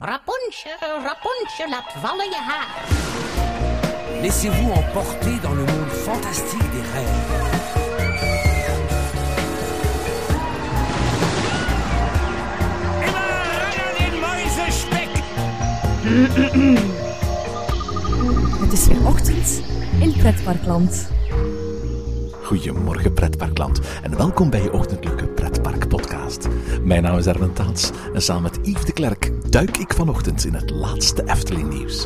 Rapunzel, Rapunzel, laat vallen je haar. Laissez-vous emporter dans le monde fantastique des rêves. Immer ran aan den muizenspek! Het is weer ochtend in Pretparkland. Goedemorgen Pretparkland en welkom bij je ochtendelijke Pretpark podcast. Mijn naam is Erwin Taats en samen met Yves de Klerk duik ik vanochtend in het laatste Efteling nieuws.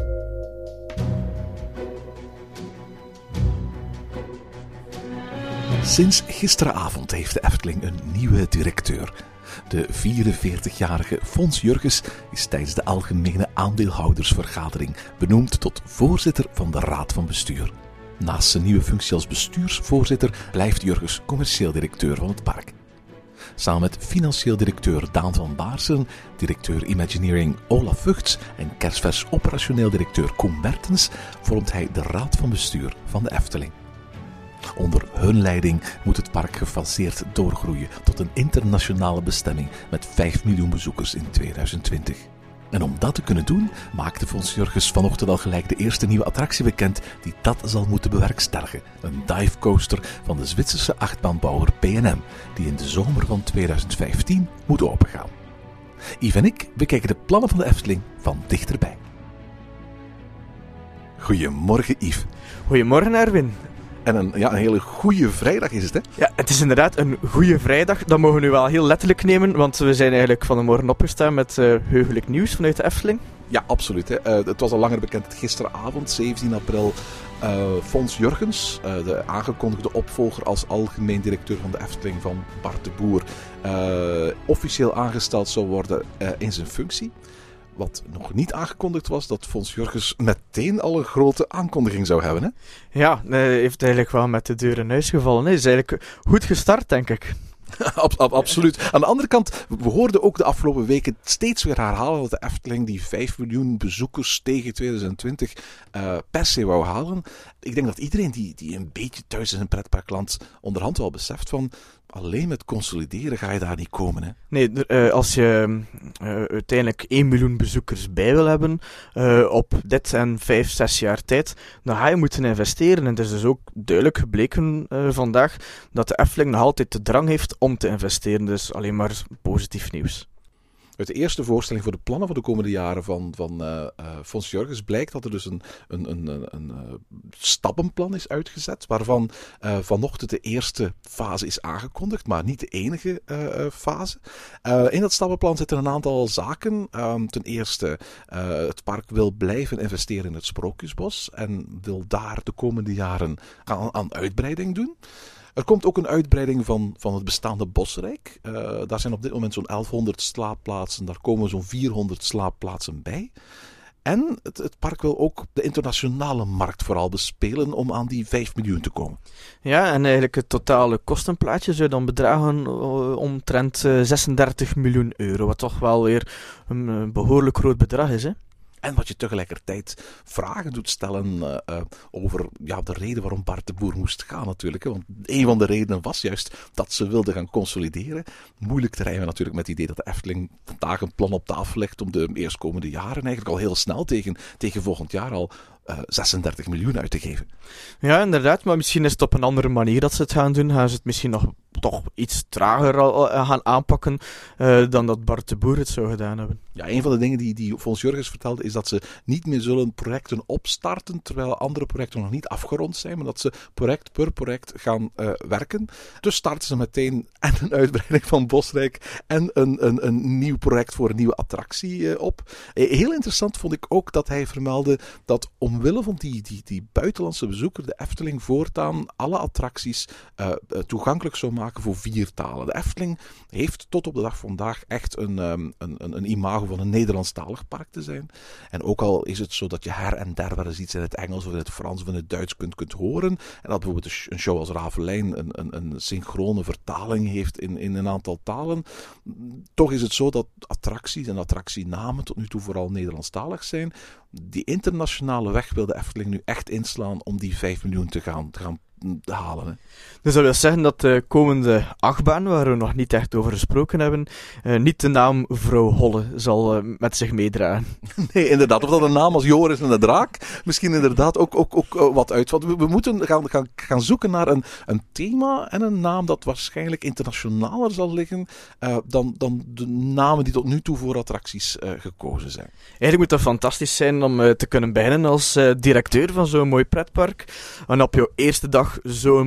Sinds gisteravond heeft de Efteling een nieuwe directeur. De 44-jarige Fons Jurgens is tijdens de algemene aandeelhoudersvergadering benoemd tot voorzitter van de Raad van Bestuur. Naast zijn nieuwe functie als bestuursvoorzitter blijft Jurgens commercieel directeur van het park. Samen met financieel directeur Daan van Baarsen, directeur Imagineering Olaf Vugts en kerstvers operationeel directeur Koen Mertens vormt hij de Raad van Bestuur van de Efteling. Onder hun leiding moet het park gefaseerd doorgroeien tot een internationale bestemming met 5 miljoen bezoekers in 2020. En om dat te kunnen doen, maakte Fons Jurgens vanochtend al gelijk de eerste nieuwe attractie bekend die dat zal moeten bewerkstelligen. Een divecoaster van de Zwitserse achtbaanbouwer P&M, die in de zomer van 2015 moet opengaan. Yves en ik bekijken de plannen van de Efteling van dichterbij. Goedemorgen Yves. Goedemorgen Erwin. En een hele goede vrijdag is het, hè? Ja, het is inderdaad een goede vrijdag. Dat mogen we nu wel heel letterlijk nemen, want we zijn eigenlijk van de morgen opgestaan met heugelijk nieuws vanuit de Efteling. Ja, absoluut. Hè. Het was al langer bekend dat gisteravond, 17 april, Fons Jurgens, de aangekondigde opvolger als algemeen directeur van de Efteling van Bart de Boer, officieel aangesteld zou worden in zijn functie. Wat nog niet aangekondigd was, dat Fons Jurgens meteen al een grote aankondiging zou hebben. Hè? Ja, hij heeft eigenlijk wel met de deur in huis gevallen. Hij is eigenlijk goed gestart, denk ik. Absoluut. Aan de andere kant, we hoorden ook de afgelopen weken steeds weer herhalen dat de Efteling die 5 miljoen bezoekers tegen 2020 per se wou halen. Ik denk dat iedereen die een beetje thuis is in pretparkland onderhand wel beseft van alleen met consolideren ga je daar niet komen. Hè? Nee, als je uiteindelijk 1 miljoen bezoekers bij wil hebben op dit en 5-6 jaar tijd, dan ga je moeten investeren. En het is dus ook duidelijk gebleken vandaag dat de Efteling nog altijd de drang heeft om te investeren. Dus alleen maar positief nieuws. Uit de eerste voorstelling voor de plannen voor de komende jaren van Fons Jurgens blijkt dat er dus een stappenplan is uitgezet, waarvan vanochtend de eerste fase is aangekondigd, maar niet de enige fase. In dat stappenplan zitten een aantal zaken. Ten eerste, het park wil blijven investeren in het Sprookjesbos en wil daar de komende jaren aan uitbreiding doen. Er komt ook een uitbreiding van het bestaande Bosrijk. Daar zijn op dit moment zo'n 1100 slaapplaatsen. Daar komen zo'n 400 slaapplaatsen bij. En het park wil ook de internationale markt vooral bespelen om aan die 5 miljoen te komen. Ja, en eigenlijk het totale kostenplaatje zou dan bedragen omtrent 36 miljoen euro. Wat toch wel weer een behoorlijk groot bedrag is, hè? En wat je tegelijkertijd vragen doet stellen over de reden waarom Bart de Boer moest gaan natuurlijk. Hè? Want een van de redenen was juist dat ze wilden gaan consolideren. Moeilijk te rijmen natuurlijk met het idee dat de Efteling vandaag een plan op tafel legt om de eerstkomende jaren eigenlijk al heel snel tegen volgend jaar al 36 miljoen uit te geven. Ja, inderdaad, maar misschien is het op een andere manier dat ze het gaan doen. Gaan ze het misschien nog toch iets trager gaan aanpakken dan dat Bart de Boer het zou gedaan hebben. Ja, een van de dingen die Fons Jurgens vertelde is dat ze niet meer zullen projecten opstarten terwijl andere projecten nog niet afgerond zijn, maar dat ze project per project gaan werken. Dus starten ze meteen en een uitbreiding van Bosrijk en een nieuw project voor een nieuwe attractie op. Heel interessant vond ik ook dat hij vermeldde dat omwille van die buitenlandse bezoeker de Efteling voortaan alle attracties toegankelijk zou maken voor 4 talen. De Efteling heeft tot op de dag van vandaag echt een imago van een Nederlandstalig park te zijn. En ook al is het zo dat je her en der wel eens iets in het Engels of in het Frans of in het Duits kunt horen, en dat bijvoorbeeld een show als Ravelijn een synchrone vertaling heeft in een aantal talen, toch is het zo dat attracties en attractienamen tot nu toe vooral Nederlandstalig zijn. Die internationale weg wil de Efteling nu echt inslaan om die 5 miljoen te gaan halen. Hè. Dus dat wil zeggen dat de komende achtbaan, waar we nog niet echt over gesproken hebben, niet de naam Vrouw Holle zal met zich meedragen. Nee, inderdaad. Of dat een naam als Joris en de Draak misschien inderdaad ook wat uit. Want we moeten gaan zoeken naar een thema en een naam dat waarschijnlijk internationaler zal liggen dan de namen die tot nu toe voor attracties gekozen zijn. Eigenlijk moet dat fantastisch zijn om te kunnen beginnen als directeur van zo'n mooi pretpark en op jouw eerste dag zo'n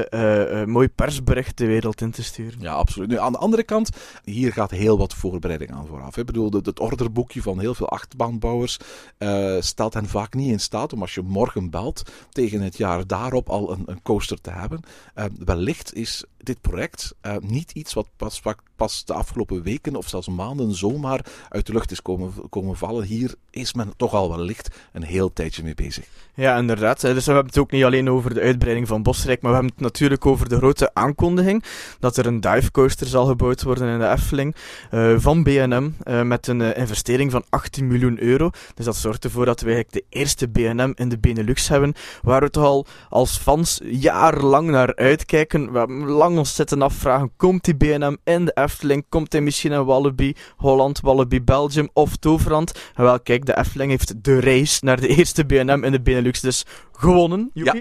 mooi persbericht de wereld in te sturen. Ja, absoluut. Nu, aan de andere kant, hier gaat heel wat voorbereiding aan vooraf. Ik bedoel, het orderboekje van heel veel achtbaanbouwers stelt hen vaak niet in staat om als je morgen belt tegen het jaar daarop al een coaster te hebben. Wellicht is dit project niet iets wat pas de afgelopen weken of zelfs maanden zomaar uit de lucht is komen vallen. Hier is men toch al wellicht een heel tijdje mee bezig. Ja, inderdaad. Dus we hebben het ook niet alleen over de uitbreiding van Bosrijk, maar we hebben het natuurlijk over de grote aankondiging dat er een divecoaster zal gebouwd worden in de Efteling van B&M met een investering van 18 miljoen euro. Dus dat zorgt ervoor dat we eigenlijk de eerste B&M in de Benelux hebben, waar we toch al als fans jarenlang naar uitkijken. We hebben lang ons zitten afvragen, komt die B&M in de Efteling? Komt hij misschien in Walibi Holland, Walibi Belgium of Toverland? En wel, kijk, de Efteling heeft de race naar de eerste B&M in de Benelux dus gewonnen. Joepie.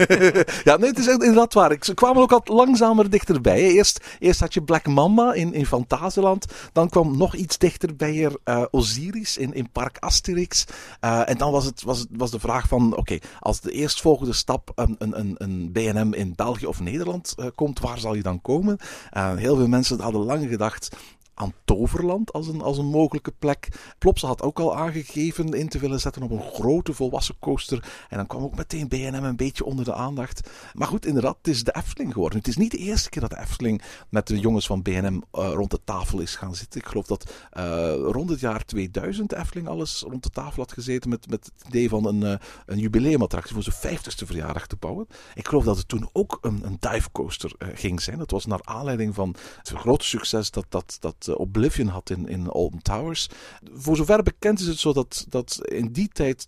Ja, nee, het is inderdaad waar. Ze kwamen ook al langzamer dichterbij. Eerst had je Black Mamba in Fantasieland. Dan kwam nog iets dichterbij Osiris in Park Asterix. En dan was de vraag van, oké, als de eerstvolgende stap een B&M in België of Nederland komt, waar zal je dan komen? Heel veel mensen hadden lang gedacht aan Toverland als een mogelijke plek. Plopsa had ook al aangegeven in te willen zetten op een grote volwassen coaster. En dan kwam ook meteen B&M een beetje onder de aandacht. Maar goed, inderdaad, het is de Efteling geworden. Het is niet de eerste keer dat de Efteling met de jongens van B&M rond de tafel is gaan zitten. Ik geloof dat rond het jaar 2000 de Efteling alles rond de tafel had gezeten met het idee van een jubileumattractie voor zijn 50ste verjaardag te bouwen. Ik geloof dat het toen ook een divecoaster ging zijn. Dat was naar aanleiding van het grote succes dat Oblivion had in Alton Towers. Voor zover bekend is het zo dat in die tijd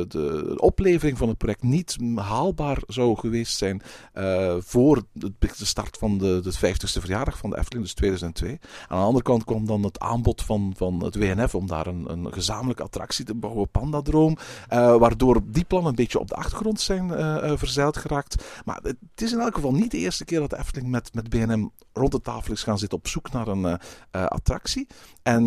de oplevering van het project niet haalbaar zou geweest zijn voor de start van de 50ste verjaardag van de Efteling, dus 2002. Aan de andere kant kwam dan het aanbod van het WNF om daar een gezamenlijke attractie te bouwen, Pandadroom, waardoor die plannen een beetje op de achtergrond zijn verzeild geraakt. Maar het is in elk geval niet de eerste keer dat de Efteling met B&M rond de tafel is gaan zitten op zoek naar een attractie. En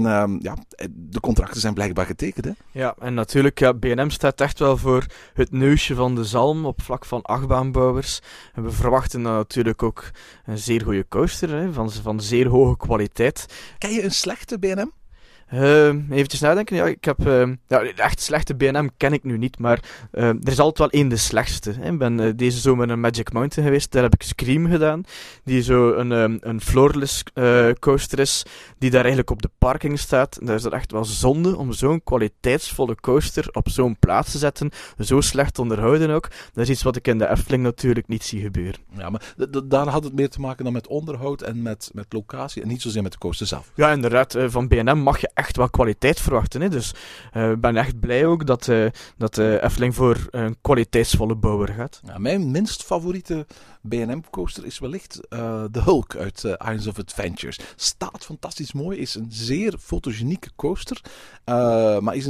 de contracten zijn blijkbaar getekend. Hè? Ja, en natuurlijk, B&M staat echt wel voor het neusje van de zalm op vlak van achtbaanbouwers. En we verwachten dan natuurlijk ook een zeer goede coaster, van zeer hoge kwaliteit. Ken je een slechte B&M? Eventjes nadenken. Ja, ik heb echt slechte B&M ken ik nu niet, maar er is altijd wel één de slechtste. Ik ben deze zomer naar Magic Mountain geweest, daar heb ik Scream gedaan, die zo een floorless coaster is, die daar eigenlijk op de parking staat. En daar is het echt wel zonde om zo'n kwaliteitsvolle coaster op zo'n plaats te zetten, zo slecht onderhouden ook. Dat is iets wat ik in de Efteling natuurlijk niet zie gebeuren. Ja, maar daar had het meer te maken dan met onderhoud en met locatie en niet zozeer met de coaster zelf. Ja, inderdaad. Van B&M mag je echt wel kwaliteit verwachten. Hè? Dus ik ben echt blij ook dat de Efteling voor een kwaliteitsvolle bouwer gaat. Ja, mijn minst favoriete B&M-coaster is wellicht de Hulk uit Islands of Adventures. Staat fantastisch mooi, is een zeer fotogenieke coaster, maar is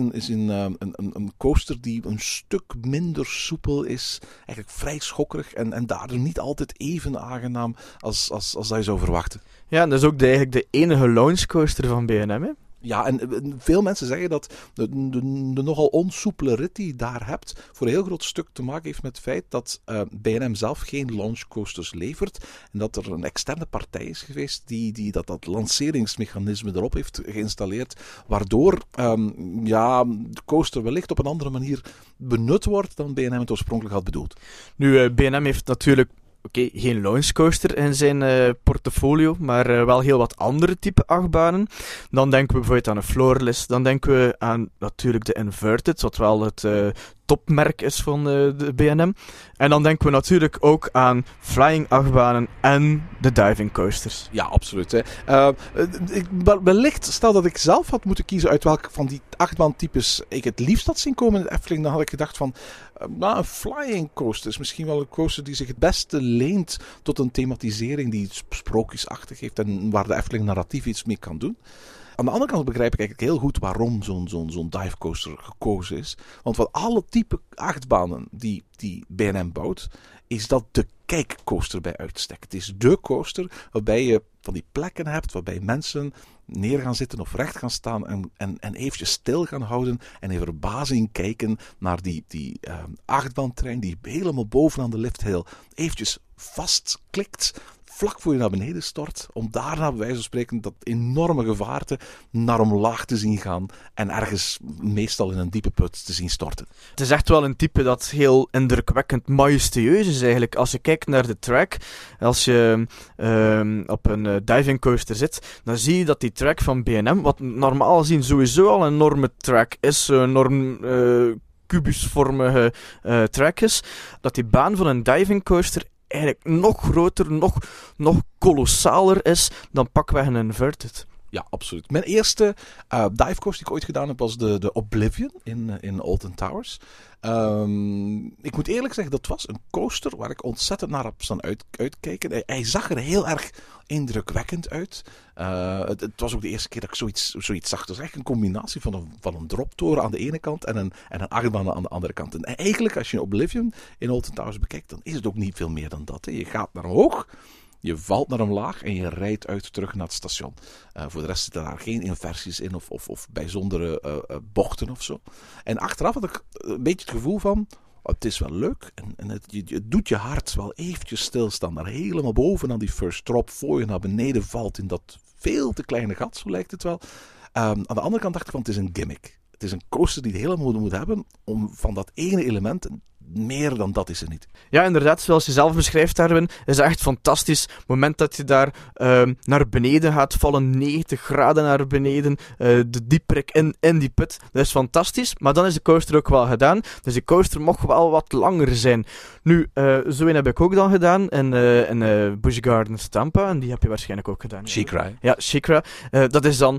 een coaster die een stuk minder soepel is, eigenlijk vrij schokkerig en daardoor niet altijd even aangenaam als dat je zou verwachten. Ja, en dat is ook eigenlijk de enige launchcoaster van B&M, hè? Ja, en veel mensen zeggen dat de nogal onsoepele rit die je daar hebt voor een heel groot stuk te maken heeft met het feit dat B&M zelf geen launchcoasters levert en dat er een externe partij is geweest die dat lanceringsmechanisme erop heeft geïnstalleerd, waardoor de coaster wellicht op een andere manier benut wordt dan B&M het oorspronkelijk had bedoeld. Nu, B&M heeft natuurlijk geen launchcoaster in zijn portfolio, maar wel heel wat andere type achtbanen. Dan denken we bijvoorbeeld aan een floorless, dan denken we aan natuurlijk de Inverted, wat wel het topmerk is van de B&M. En dan denken we natuurlijk ook aan flying achtbanen en de diving coasters. Ja, absoluut. Hè. Wellicht, stel dat ik zelf had moeten kiezen uit welke van die achtbaantypes ik het liefst had zien komen in de Efteling, dan had ik gedacht van, een flying coaster is misschien wel een coaster die zich het beste leent tot een thematisering die iets sprookjesachtig heeft en waar de Efteling narratief iets mee kan doen. Aan de andere kant begrijp ik eigenlijk heel goed waarom zo'n divecoaster gekozen is. Want van alle type achtbanen die B&M bouwt, is dat de kijkcoaster bij uitstek. Het is de coaster waarbij je van die plekken hebt waarbij mensen neer gaan zitten of recht gaan staan en eventjes stil gaan houden en in verbazing kijken naar die achtbaantrein die helemaal bovenaan de lift heel eventjes vastklikt, vlak voor je naar beneden stort, om daarna bij wijze van spreken dat enorme gevaarte naar omlaag te zien gaan en ergens meestal in een diepe put te zien storten. Het is echt wel een type dat heel indrukwekkend majestueus is eigenlijk. Als je kijkt naar de track, als je op een diving coaster zit, dan zie je dat die track van B&M, wat normaal gezien sowieso al een enorme track is, een enorm kubusvormige track is, dat die baan van een diving coaster eigenlijk nog groter, nog kolossaler is dan pakweg een Inverted. Ja, absoluut. Mijn eerste divecoaster die ik ooit gedaan heb was de Oblivion in Alton Towers. Ik moet eerlijk zeggen, dat was een coaster waar ik ontzettend naar heb staan uitkijken. Hij zag er heel erg indrukwekkend uit. Het was ook de eerste keer dat ik zoiets zag. Het was echt een combinatie van een droptoren aan de ene kant en een achtbaan aan de andere kant. En eigenlijk, als je Oblivion in Alton Towers bekijkt, dan is het ook niet veel meer dan dat. Hè. Je gaat naar omhoog, je valt naar omlaag en je rijdt uit terug naar het station. Voor de rest zitten daar geen inversies in of bijzondere bochten of zo. En achteraf had ik een beetje het gevoel van, het is wel leuk en het doet je hart wel eventjes stilstaan. Daar helemaal boven aan die first drop, voor je naar beneden valt in dat veel te kleine gat, zo lijkt het wel. Aan de andere kant dacht ik van, het is een gimmick. Het is een coaster die het helemaal moet hebben om van dat ene element, meer dan dat is er niet. Ja, inderdaad, zoals je zelf beschrijft, Erwin, is echt fantastisch. Op het moment dat je daar naar beneden gaat vallen, 90 graden naar beneden, de dieperik in die put, dat is fantastisch. Maar dan is de coaster ook wel gedaan. Dus de coaster mocht wel wat langer zijn. Nu, zo een heb ik ook dan gedaan in Busch Gardens Tampa, en die heb je waarschijnlijk ook gedaan. SheiKra. Ja, SheiKra. Dat is dan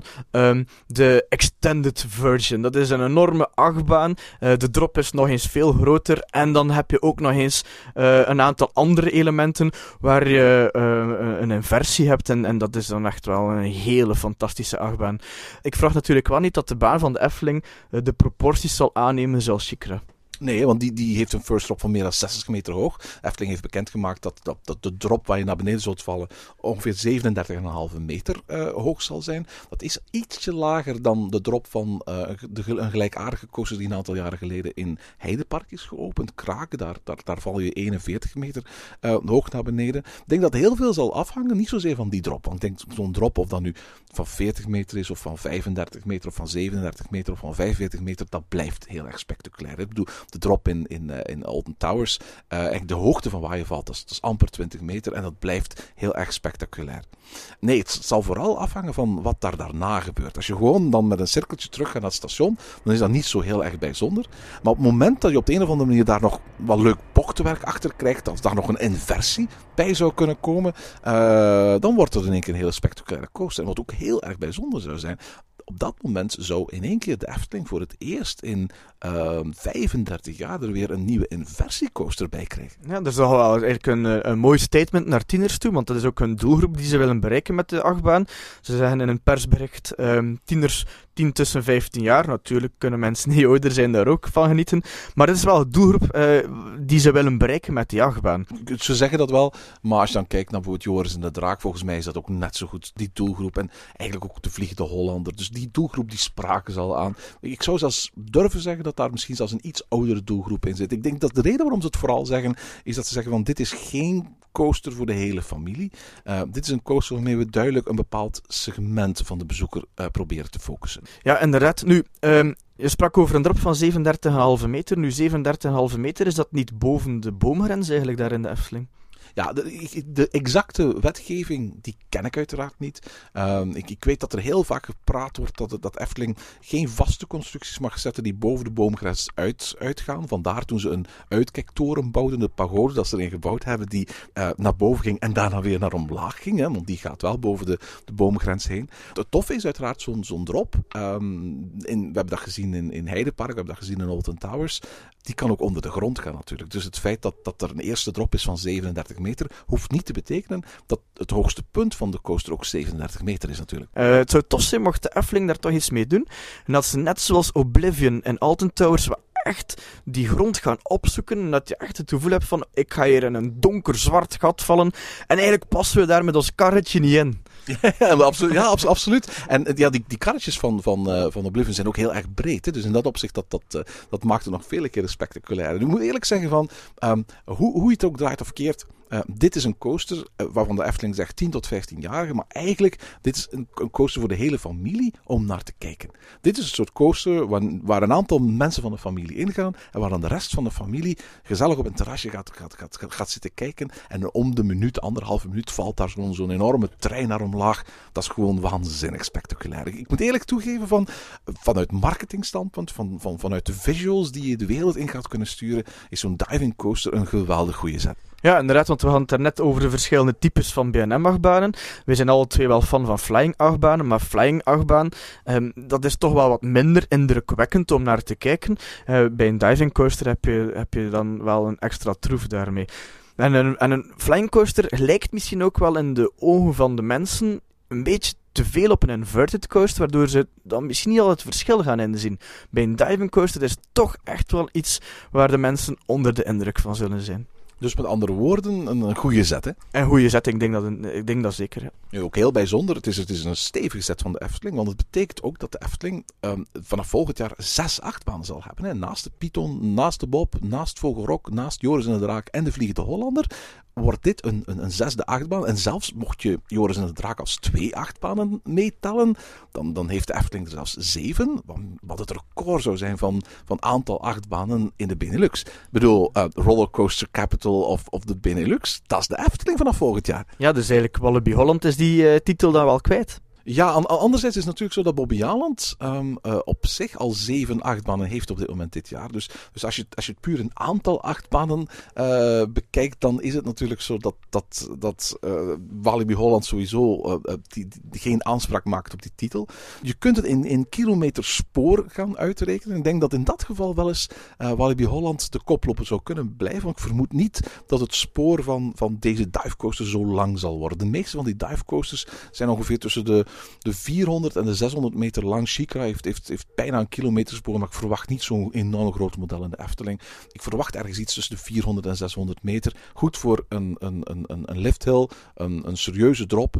de extended version. Dat is een enorme achtbaan. De drop is nog eens veel groter. En dan heb je ook nog eens een aantal andere elementen waar je een inversie hebt. En dat is dan echt wel een hele fantastische achtbaan. Ik vraag natuurlijk wel niet dat de baan van de Efteling de proporties zal aannemen zoals SheiKra. Nee, want die heeft een first drop van meer dan 60 meter hoog. Efteling heeft bekendgemaakt dat de drop waar je naar beneden zult vallen ongeveer 37,5 meter hoog zal zijn. Dat is ietsje lager dan de drop van een gelijkaardige coaster die een aantal jaren geleden in Heidepark is geopend. Kraken, daar val je 41 meter hoog naar beneden. Ik denk dat heel veel zal afhangen, niet zozeer van die drop. Want ik denk zo'n drop, of dat nu van 40 meter is, of van 35 meter, of van 37 meter, of van 45 meter, dat blijft heel erg spectaculair. Ik bedoel, de drop in Alton Towers, de hoogte van waar je valt, dat is amper 20 meter en dat blijft heel erg spectaculair. Nee, het zal vooral afhangen van wat daar daarna gebeurt. Als je gewoon dan met een cirkeltje terug gaat naar het station, dan is dat niet zo heel erg bijzonder. Maar op het moment dat je op de een of andere manier daar nog wat leuk bochtenwerk achter krijgt, als daar nog een inversie bij zou kunnen komen, dan wordt het in één keer een hele spectaculaire coaster. En wat ook heel erg bijzonder zou zijn, op dat moment zou in één keer de Efteling voor het eerst in 35 jaar er weer een nieuwe inversiecoaster bij krijgen. Ja, dat is toch wel eigenlijk een mooi statement naar tieners toe, want dat is ook een doelgroep die ze willen bereiken met de achtbaan. Ze zeggen in een persbericht, tieners 10 tussen 15 jaar. Natuurlijk kunnen mensen die ouder zijn daar ook van genieten. Maar het is wel een doelgroep die ze willen bereiken met die achtbaan. Ze zeggen dat wel, maar als je dan kijkt naar bijvoorbeeld Joris en de Draak, volgens mij is dat ook net zo goed die doelgroep. En eigenlijk ook de Vliegende Hollander. Dus die doelgroep die spraken ze al aan. Ik zou zelfs durven zeggen dat daar misschien zelfs een iets oudere doelgroep in zit. Ik denk dat de reden waarom ze het vooral zeggen, is dat ze zeggen van dit is geen coaster voor de hele familie. Dit is een coaster waarmee we duidelijk een bepaald segment van de bezoeker proberen te focussen. Ja, inderdaad. Nu, je sprak over een drop van 37,5 meter. Nu, 37,5 meter, is dat niet boven de boomgrens eigenlijk daar in de Efteling? Ja, de exacte wetgeving, die ken ik uiteraard niet. Ik weet dat er heel vaak gepraat wordt dat Efteling geen vaste constructies mag zetten die boven de boomgrens uitgaan. Vandaar toen ze een uitkijktoren bouwden, de pagode, dat ze erin gebouwd hebben, die naar boven ging en daarna weer naar omlaag ging. Hè, want die gaat wel boven de boomgrens heen. Het toffe is uiteraard zo'n drop. We hebben dat gezien in Heidepark, we hebben dat gezien in Alton Towers. Die kan ook onder de grond gaan natuurlijk. Dus het feit dat er een eerste drop is van 37 meter, hoeft niet te betekenen dat het hoogste punt van de coaster ook 37 meter is natuurlijk. Het zou tof zijn mocht de Efteling daar toch iets mee doen. En dat ze net zoals Oblivion en Alton Towers echt die grond gaan opzoeken en dat je echt het gevoel hebt van ik ga hier in een donker zwart gat vallen en eigenlijk passen we daar met ons karretje niet in. Ja, absoluut. En ja, die karretjes van Oblivion zijn ook heel erg breed. Hè? Dus in dat opzicht, dat maakt het nog vele keren spectaculair. Ik moet eerlijk zeggen van, hoe je het ook draait of keert, dit is een coaster waarvan de Efteling zegt 10 tot 15-jarigen, maar eigenlijk, dit is een coaster voor de hele familie om naar te kijken. Dit is een soort coaster waar een aantal mensen van de familie ingaan en waar dan de rest van de familie gezellig op een terrasje gaat zitten kijken en om de minuut, 1,5 minuut, valt daar zo'n enorme trein naar omlaag. Dat is gewoon waanzinnig spectaculair. Ik moet eerlijk toegeven, vanuit marketingstandpunt, vanuit de visuals die je de wereld in gaat kunnen sturen, is zo'n diving coaster een geweldig goede zet. Ja, inderdaad, want we hadden het daarnet over de verschillende types van B&M-achtbanen. We zijn alle twee wel fan van flying-achtbanen, maar flying-achtbaan, dat is toch wel wat minder indrukwekkend om naar te kijken. Bij een diving coaster heb je dan wel een extra troef daarmee. En een flying coaster lijkt misschien ook wel in de ogen van de mensen een beetje te veel op een inverted coaster, waardoor ze dan misschien niet al het verschil gaan inzien. Bij een diving coaster is het toch echt wel iets waar de mensen onder de indruk van zullen zijn. Dus met andere woorden, een goede zet, hè? Een goede zet, ik denk dat zeker, ja. Ja, ook heel bijzonder, het is een stevige zet van de Efteling, want het betekent ook dat de Efteling vanaf volgend jaar 6 achtbanen zal hebben. Hè? Naast de Python, naast de Bob, naast Vogelrok, naast Joris en de Draak en de Vliegende Hollander, wordt dit een 6e achtbaan. En zelfs mocht je Joris en de Draak als 2 achtbanen meetellen, dan heeft de Efteling er zelfs 7, wat het record zou zijn van aantal achtbanen in de Benelux. Ik bedoel, Rollercoaster Capital of de Benelux, dat is de Efteling vanaf volgend jaar. Ja, dus eigenlijk Walibi Holland is die titel dan wel kwijt. Ja, anderzijds is het natuurlijk zo dat Bobbejaanland op zich al 7 achtbanen heeft op dit moment dit jaar. Dus als je het puur een aantal achtbanen bekijkt, dan is het natuurlijk zo dat Walibi Holland sowieso die geen aanspraak maakt op die titel. Je kunt het in kilometer spoor gaan uitrekenen. Ik denk dat in dat geval wel eens Walibi Holland de koploper zou kunnen blijven. Want ik vermoed niet dat het spoor van deze divecoaster zo lang zal worden. De meeste van die divecoasters zijn ongeveer tussen de 400 en de 600 meter lang. Sheikra heeft bijna een kilometerspoor, maar ik verwacht niet zo'n enorm groot model in de Efteling. Ik verwacht ergens iets tussen de 400 en 600 meter. Goed voor een lifthill, een serieuze drop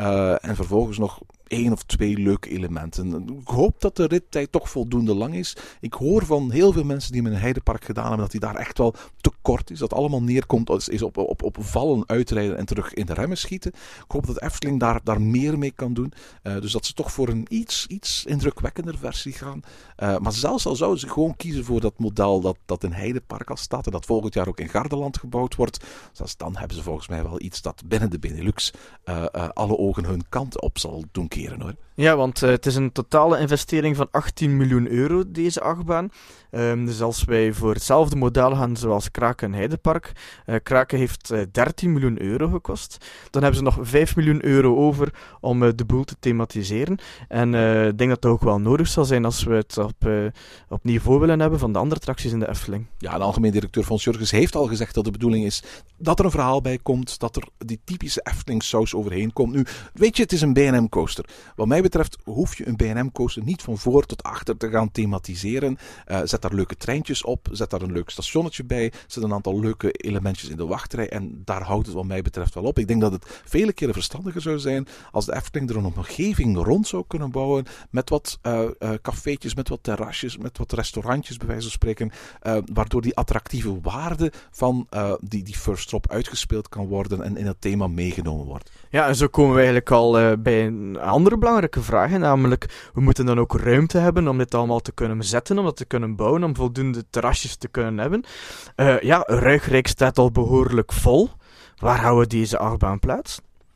en vervolgens nog 1 of 2 leuke elementen. Ik hoop dat de rittijd toch voldoende lang is. Ik hoor van heel veel mensen die met een Heidepark gedaan hebben dat die daar echt wel te kort is. Dat allemaal neerkomt is op vallen, uitrijden en terug in de remmen schieten. Ik hoop dat Efteling daar meer mee kan doen. Dus dat ze toch voor een iets indrukwekkender versie gaan. Maar zelfs al zouden ze gewoon kiezen voor dat model dat in Heidepark al staat en dat volgend jaar ook in Gardaland gebouwd wordt. Zelfs dan hebben ze volgens mij wel iets dat binnen de Benelux alle ogen hun kant op zal doen keren, hoor. Ja, want het is een totale investering van 18 miljoen euro, deze achtbaan. Dus als wij voor hetzelfde model gaan zoals Kraken en Heidepark. Kraken heeft 13 miljoen euro gekost. Dan hebben ze nog 5 miljoen euro over om de boel te thematiseren. En ik denk dat het ook wel nodig zal zijn als we het op niveau willen hebben van de andere attracties in de Efteling. Ja, de algemeen directeur Fons Jurgens heeft al gezegd dat de bedoeling is dat er een verhaal bij komt, dat er die typische Efteling saus overheen komt. Nu, weet je, het is een B&M coaster. Wat mij betreft hoef je een B&M coaster niet van voor tot achter te gaan thematiseren. Zet daar leuke treintjes op, zet daar een leuk stationnetje bij, zet een aantal leuke elementjes in de wachtrij en daar houdt het wat mij betreft wel op. Ik denk dat het vele keren verstandiger zou zijn als de Efteling er een omgeving rond zou kunnen bouwen met wat cafeetjes, met wat terrasjes, met wat restaurantjes bij wijze van spreken, waardoor die attractieve waarde van die first drop uitgespeeld kan worden en in het thema meegenomen wordt. Ja, en zo komen we eigenlijk al bij een andere belangrijke vraag, namelijk we moeten dan ook ruimte hebben om dit allemaal te kunnen zetten, om dat te kunnen bouwen, om voldoende terrasjes te kunnen hebben. Ruigrijk staat al behoorlijk vol. Waar houden deze achtbaan plaats?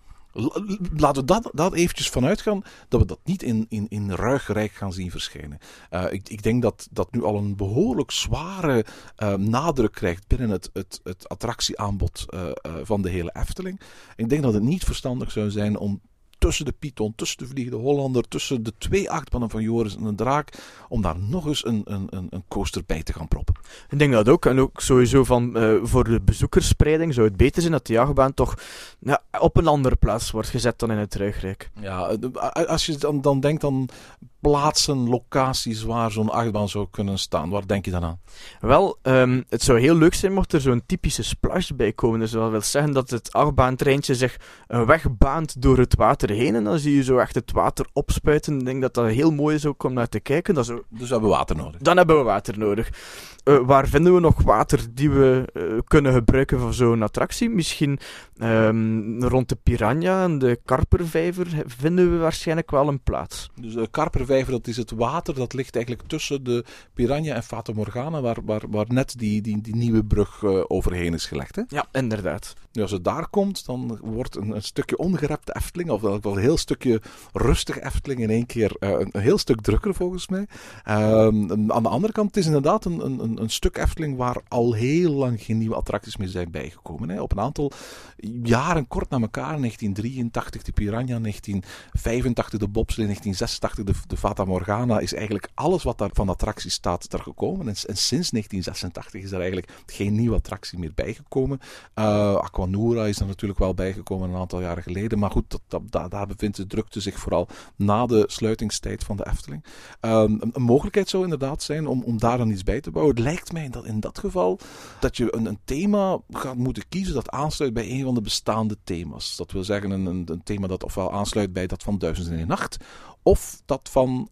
Laten we dat eventjes vanuit gaan, dat we dat niet in ruigrijk gaan zien verschijnen. Ik denk dat nu al een behoorlijk zware nadruk krijgt binnen het attractieaanbod van de hele Efteling. Ik denk dat het niet verstandig zou zijn om tussen de Python, tussen de Vliegende Hollander, tussen de 2 achtbanen van Joris en de Draak, om daar nog eens een coaster bij te gaan proppen. Ik denk dat ook. En ook sowieso voor de bezoekersspreiding zou het beter zijn dat die achtbaan toch op een andere plaats wordt gezet dan in het Ruigrijk. Ja, als je dan denkt aan plaatsen, locaties waar zo'n achtbaan zou kunnen staan, waar denk je dan aan? Wel, het zou heel leuk zijn mocht er zo'n typische splash bij komen. Dus dat wil zeggen dat het achtbaantreintje zich een weg baant door het water heen en dan zie je zo echt het water opspuiten. Ik denk dat dat heel mooi is ook om naar te kijken. Dus hebben we water nodig? Dan hebben we water nodig. Waar vinden we nog water die we kunnen gebruiken voor zo'n attractie? Misschien rond de Piranha en de Karpervijver vinden we waarschijnlijk wel een plaats. Dus de Karpervijver, dat is het water, dat ligt eigenlijk tussen de Piranha en Fata Morgana, waar net die nieuwe brug overheen is gelegd. Hè? Ja, inderdaad. Nu, als het daar komt, dan wordt een stukje ongerepte Efteling, of wel een heel stukje rustig Efteling, in één keer een heel stuk drukker volgens mij. Aan de andere kant, het is inderdaad een stuk Efteling waar al heel lang geen nieuwe attracties meer zijn bijgekomen. Hè. Op een aantal jaren kort na elkaar, 1983 de Piranha, 1985 de Bobsleigh, 1986 de Fata Morgana, is eigenlijk alles wat daar van attracties staat er gekomen. En sinds 1986 is er eigenlijk geen nieuwe attractie meer bijgekomen. Aquanura is er natuurlijk wel bijgekomen een aantal jaren geleden, maar goed, daar bevindt de drukte zich vooral na de sluitingstijd van de Efteling. Een mogelijkheid zou inderdaad zijn om daar dan iets bij te bouwen. Het lijkt mij dat in dat geval dat je een thema gaat moeten kiezen dat aansluit bij een van de bestaande thema's. Dat wil zeggen een thema dat ofwel aansluit bij dat van 1001 Nacht of dat van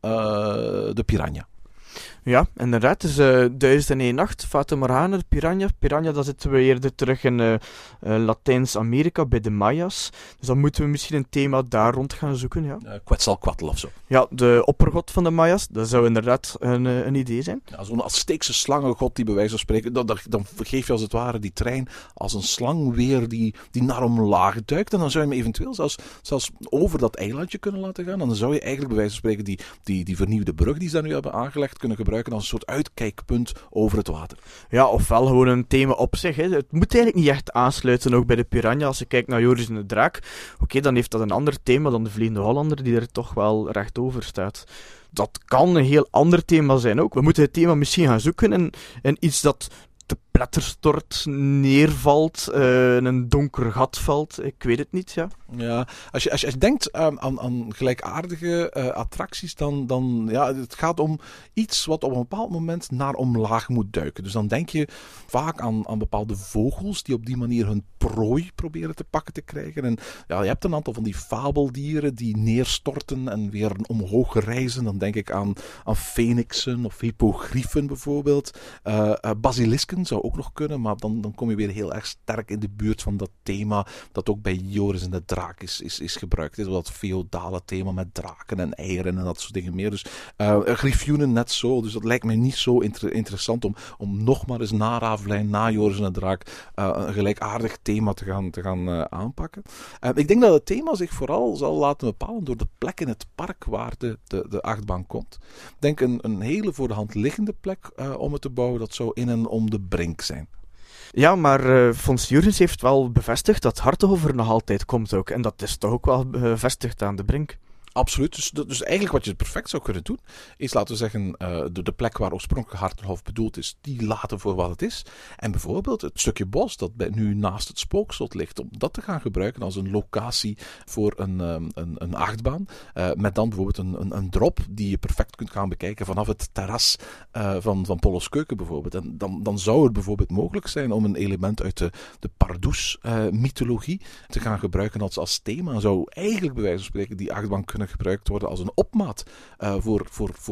de Piranha. Ja, inderdaad. Dus 1001 Nacht, Fata Morgana, de Piranha. Piranha, dat zitten we eerder terug in Latijns-Amerika, bij de Mayas. Dus dan moeten we misschien een thema daar rond gaan zoeken, ja. Quetzalcoatl of zo. Ja, de oppergod van de Mayas, dat zou inderdaad een idee zijn. Ja, zo'n Azteekse slangengod die bij wijze van spreken, dan geef je als het ware die trein als een slang weer die naar omlaag duikt. En dan zou je hem eventueel zelfs over dat eilandje kunnen laten gaan. En dan zou je eigenlijk bij wijze van spreken die vernieuwde brug die ze daar nu hebben aangelegd kunnen gebruiken als een soort uitkijkpunt over het water. Ja, ofwel gewoon een thema op zich. Hè. Het moet eigenlijk niet echt aansluiten, ook bij de Piranha. Als je kijkt naar Joris en de Draak, oké, dan heeft dat een ander thema dan de Vliegende Hollander, die er toch wel recht over staat. Dat kan een heel ander thema zijn ook. We moeten het thema misschien gaan zoeken in iets dat te pletter stort, neervalt, in een donker gat valt. Ik weet het niet, ja. Ja, als je denkt aan gelijkaardige attracties, dan het gaat om iets wat op een bepaald moment naar omlaag moet duiken. Dus dan denk je vaak aan bepaalde vogels die op die manier hun prooi proberen te pakken te krijgen. En ja, je hebt een aantal van die fabeldieren die neerstorten en weer omhoog reizen. Dan denk ik aan fenixen of hippogriefen bijvoorbeeld. Basilisken zou ook nog kunnen, maar dan kom je weer heel erg sterk in de buurt van dat thema dat ook bij Joris en de Draak is gebruikt. Dit is dat feodale thema met draken en eieren en dat soort dingen meer. Dus griffioenen net zo. Dus dat lijkt mij niet zo interessant om nog maar eens na Ravelijn, na Joris en de Draak een gelijkaardig thema te gaan aanpakken. Ik denk dat het thema zich vooral zal laten bepalen door de plek in het park waar de achtbaan komt. Ik denk een hele voor de hand liggende plek om het te bouwen, dat zou in en om de Brink zijn. Ja, maar Fons Jurgens heeft wel bevestigd dat Hartenhof er nog altijd komt ook. En dat is toch ook wel bevestigd aan de Brink. Absoluut. Dus eigenlijk wat je perfect zou kunnen doen, is laten we zeggen, de plek waar oorspronkelijk Hartenhof bedoeld is, die laten voor wat het is. En bijvoorbeeld het stukje bos dat nu naast het spookslot ligt, om dat te gaan gebruiken als een locatie voor een achtbaan. Met dan bijvoorbeeld een drop die je perfect kunt gaan bekijken vanaf het terras van Pollos Keuken bijvoorbeeld. En dan zou het bijvoorbeeld mogelijk zijn om een element uit de Pardoes-mythologie te gaan gebruiken als thema. En zou eigenlijk bij wijze van spreken die achtbaan kunnen gebruikt worden als een opmaat voor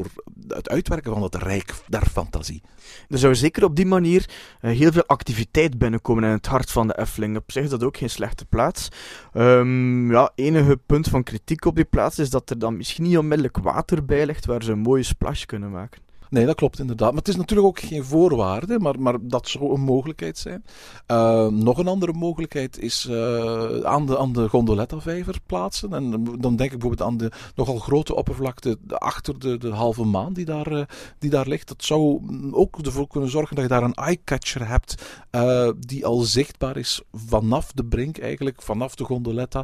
het uitwerken van het rijk der fantasie. Er zou zeker op die manier heel veel activiteit binnenkomen in het hart van de Efteling. Op zich is dat ook geen slechte plaats. Enige punt van kritiek op die plaats is dat er dan misschien niet onmiddellijk water bij ligt waar ze een mooie splash kunnen maken. Nee, dat klopt inderdaad. Maar het is natuurlijk ook geen voorwaarde, maar dat zou een mogelijkheid zijn. Nog een andere mogelijkheid is aan de Gondoletta-vijver plaatsen. En dan denk ik bijvoorbeeld aan de nogal grote oppervlakte achter de halve maan die daar ligt. Dat zou ook ervoor kunnen zorgen dat je daar een eye-catcher hebt die al zichtbaar is vanaf de brink eigenlijk, vanaf de Gondoletta.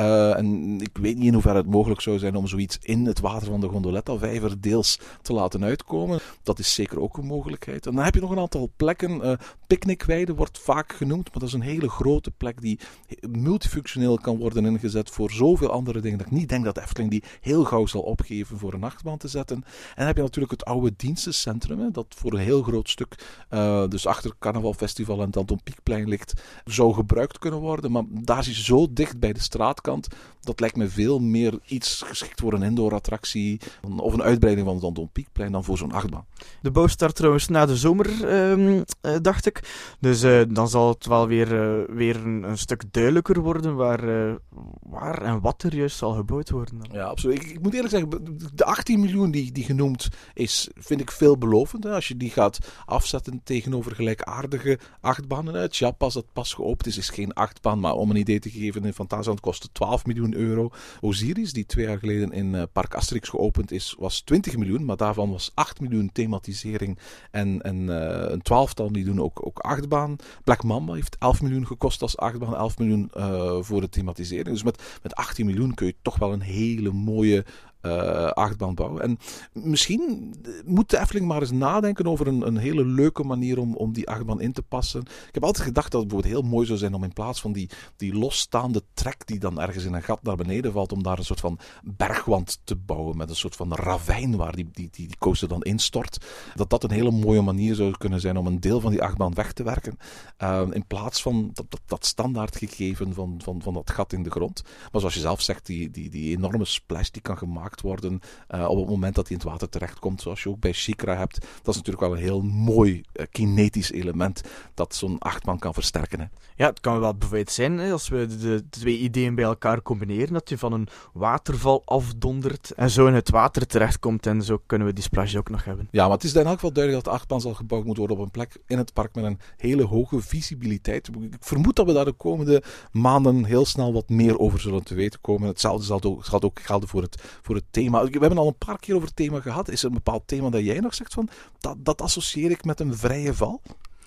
En ik weet niet in hoeverre het mogelijk zou zijn om zoiets in het water van de Gondoletta-vijver deels te laten uitkomen. Dat is zeker ook een mogelijkheid. En dan heb je nog een aantal plekken. Picknickweide wordt vaak genoemd, maar dat is een hele grote plek die multifunctioneel kan worden ingezet voor zoveel andere dingen dat ik niet denk dat de Efteling die heel gauw zal opgeven voor een achtbaan te zetten. En dan heb je natuurlijk het oude dienstencentrum, dat voor een heel groot stuk, dus achter het Carnavalfestival en het Anton Pieckplein ligt, zou gebruikt kunnen worden. Maar daar is hij zo dicht bij de straatkant, dat lijkt me veel meer iets geschikt voor een indoorattractie of een uitbreiding van het Anton Pieckplein dan voor zo'n achtbaan. De bouw start trouwens na de zomer, dacht ik. Dus dan zal het wel weer een stuk duidelijker worden waar en wat er juist zal gebouwd worden. Dan. Ja, absoluut. Ik moet eerlijk zeggen, de 18 miljoen die genoemd is, vind ik veelbelovend. Hè? Als je die gaat afzetten tegenover gelijkaardige achtbanen. Het Chiapas dat pas geopend is geen achtbaan, maar om een idee te geven, in Fantasieland kostte 12 miljoen euro. Osiris, die 2 jaar geleden in Park Asterix geopend is, was 20 miljoen, maar daarvan was 8 miljoen thematisering en een 12-tal miljoen ook achtbaan. Black Mamba heeft 11 miljoen gekost als achtbaan, 11 miljoen voor de thematisering. Dus met 18 miljoen kun je toch wel een hele mooie achtbaan bouwen. En misschien moet de Efteling maar eens nadenken over een hele leuke manier om die achtbaan in te passen. Ik heb altijd gedacht dat het bijvoorbeeld heel mooi zou zijn om in plaats van die losstaande trek die dan ergens in een gat naar beneden valt, om daar een soort van bergwand te bouwen met een soort van ravijn waar die coaster dan instort. Dat een hele mooie manier zou kunnen zijn om een deel van die achtbaan weg te werken. In plaats van dat standaard gegeven van dat gat in de grond. Maar zoals je zelf zegt, die enorme splash die kan gemaakt worden op het moment dat hij in het water terechtkomt, zoals je ook bij SheiKra hebt. Dat is natuurlijk wel een heel mooi kinetisch element dat zo'n achtbaan kan versterken. Hè. Ja, het kan wel bijvoorbeeld zijn, als we de twee ideeën bij elkaar combineren, dat je van een waterval afdondert en zo in het water terechtkomt en zo kunnen we die splash ook nog hebben. Ja, maar het is in elk geval duidelijk dat de achtbaan zal gebouwd moeten worden op een plek in het park met een hele hoge visibiliteit. Ik vermoed dat we daar de komende maanden heel snel wat meer over zullen te weten komen. Hetzelfde zal ook gelden voor het thema. We hebben al een paar keer over het thema gehad. Is er een bepaald thema dat jij nog zegt van dat associeer ik met een vrije val?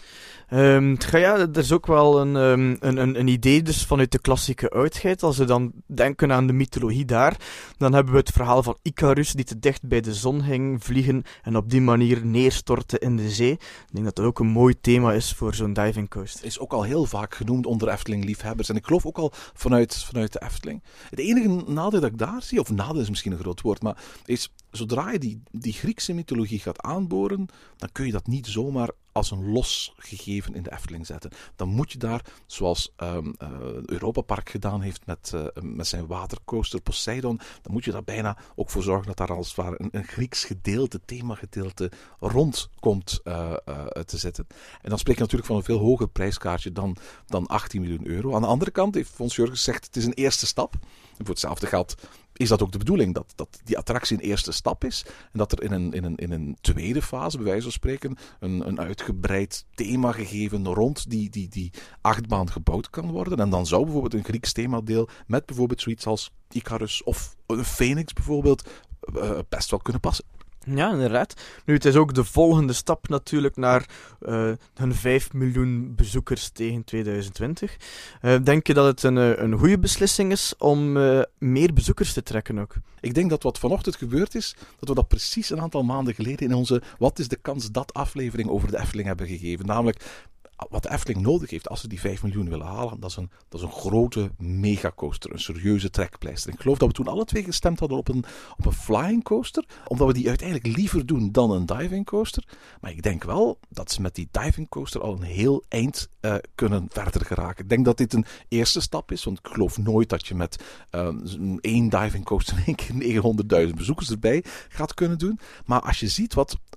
Er is ook wel een idee dus vanuit de klassieke oudheid. Als we dan denken aan de mythologie daar, dan hebben we het verhaal van Icarus die te dicht bij de zon ging vliegen en op die manier neerstortte in de zee. Ik denk dat dat ook een mooi thema is voor zo'n diving coaster. Is ook al heel vaak genoemd onder Efteling-liefhebbers en ik geloof ook al vanuit de Efteling. Het enige nadeel dat ik daar zie, of nadeel is misschien een groot woord, maar is zodra je die Griekse mythologie gaat aanboren, dan kun je dat niet zomaar als een los gegeven in de Efteling zetten. Dan moet je daar, zoals Europa Park gedaan heeft met zijn watercoaster Poseidon, dan moet je daar bijna ook voor zorgen dat daar als het ware een Grieks gedeelte, themagedeelte rond komt te zitten. En dan spreek je natuurlijk van een veel hoger prijskaartje dan 18 miljoen euro. Aan de andere kant heeft Fons Jurgens gezegd, het is een eerste stap. En voor hetzelfde geld is dat ook de bedoeling, dat die attractie een eerste stap is en dat er in een tweede fase, bij wijze van spreken, een uitgebreid thema gegeven rond die achtbaan gebouwd kan worden. En dan zou bijvoorbeeld een Grieks themadeel met bijvoorbeeld zoiets als Icarus of een Phoenix bijvoorbeeld best wel kunnen passen. Ja, inderdaad. Nu, het is ook de volgende stap natuurlijk naar hun 5 miljoen bezoekers tegen 2020. Denk je dat het een goede beslissing is om meer bezoekers te trekken ook? Ik denk dat wat vanochtend gebeurd is, dat we dat precies een aantal maanden geleden in onze Wat is de kans dat aflevering over de Efteling hebben gegeven. Namelijk, wat de Efteling nodig heeft als ze die 5 miljoen willen halen, dat is een grote megacoaster, een serieuze trekpleister. Ik geloof dat we toen alle twee gestemd hadden op een flying coaster, omdat we die uiteindelijk liever doen dan een diving coaster. Maar ik denk wel dat ze met die diving coaster al een heel eind kunnen verder geraken. Ik denk dat dit een eerste stap is, want ik geloof nooit dat je met één diving coaster in één keer 900.000 bezoekers erbij gaat kunnen doen. Maar als je ziet wat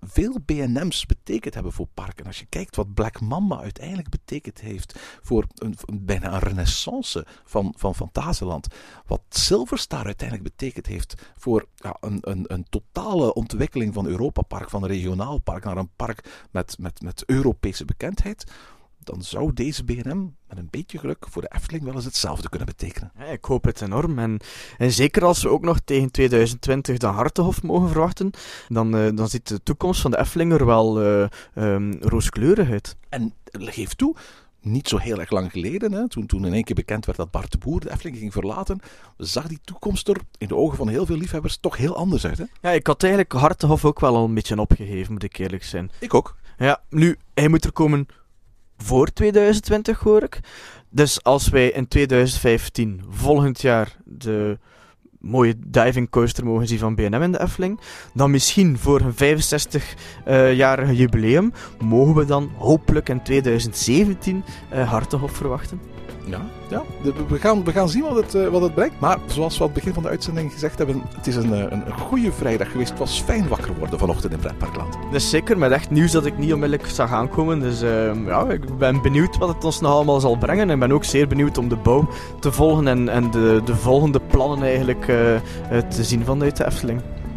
veel B&M's betekend hebben voor parken. Als je kijkt wat Black Mamba uiteindelijk betekend heeft voor bijna een renaissance van Fantasieland. Wat Silver Star uiteindelijk betekend heeft voor een totale ontwikkeling van Europa Park, van een regionaal park naar een park met Europese bekendheid. Dan zou deze B&M met een beetje geluk voor de Efteling wel eens hetzelfde kunnen betekenen. Ja, ik hoop het enorm. En zeker als we ook nog tegen 2020 de Hartenhof mogen verwachten, dan ziet de toekomst van de Efteling er wel rooskleurig uit. En geef toe, niet zo heel erg lang geleden, hè, toen in één keer bekend werd dat Bart de Boer de Efteling ging verlaten, zag die toekomst er in de ogen van heel veel liefhebbers toch heel anders uit. Hè? Ja, ik had eigenlijk Hartenhof ook wel al een beetje opgegeven, moet ik eerlijk zijn. Ik ook. Ja, nu, hij moet er komen voor 2020, hoor ik. Dus als wij in 2015, volgend jaar, de mooie diving coaster mogen zien van B&M in de Efteling, dan misschien voor een 65-jarige jubileum, mogen we dan hopelijk in 2017 Hartenhof verwachten. Ja. We gaan zien wat het brengt. Maar zoals we aan het begin van de uitzending gezegd hebben, het is een goede vrijdag geweest. Het was fijn wakker worden vanochtend in Pretparkland. Dus zeker, met echt nieuws dat ik niet onmiddellijk zag aankomen. Dus ik ben benieuwd wat het ons nog allemaal zal brengen. En ik ben ook zeer benieuwd om de bouw te volgen en de volgende plannen eigenlijk te zien vanuit de Efteling.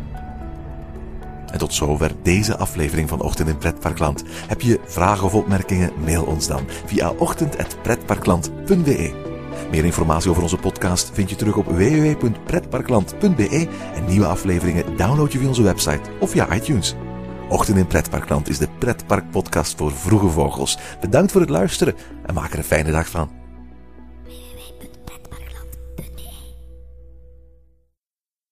En tot zover deze aflevering van Ochtend in Pretparkland. Heb je vragen of opmerkingen? Mail ons dan via ochtend@pretparkland.be. Meer informatie over onze podcast vind je terug op www.pretparkland.be en nieuwe afleveringen download je via onze website of via iTunes. Ochtend in Pretparkland is de pretparkpodcast voor vroege vogels. Bedankt voor het luisteren en maak er een fijne dag van.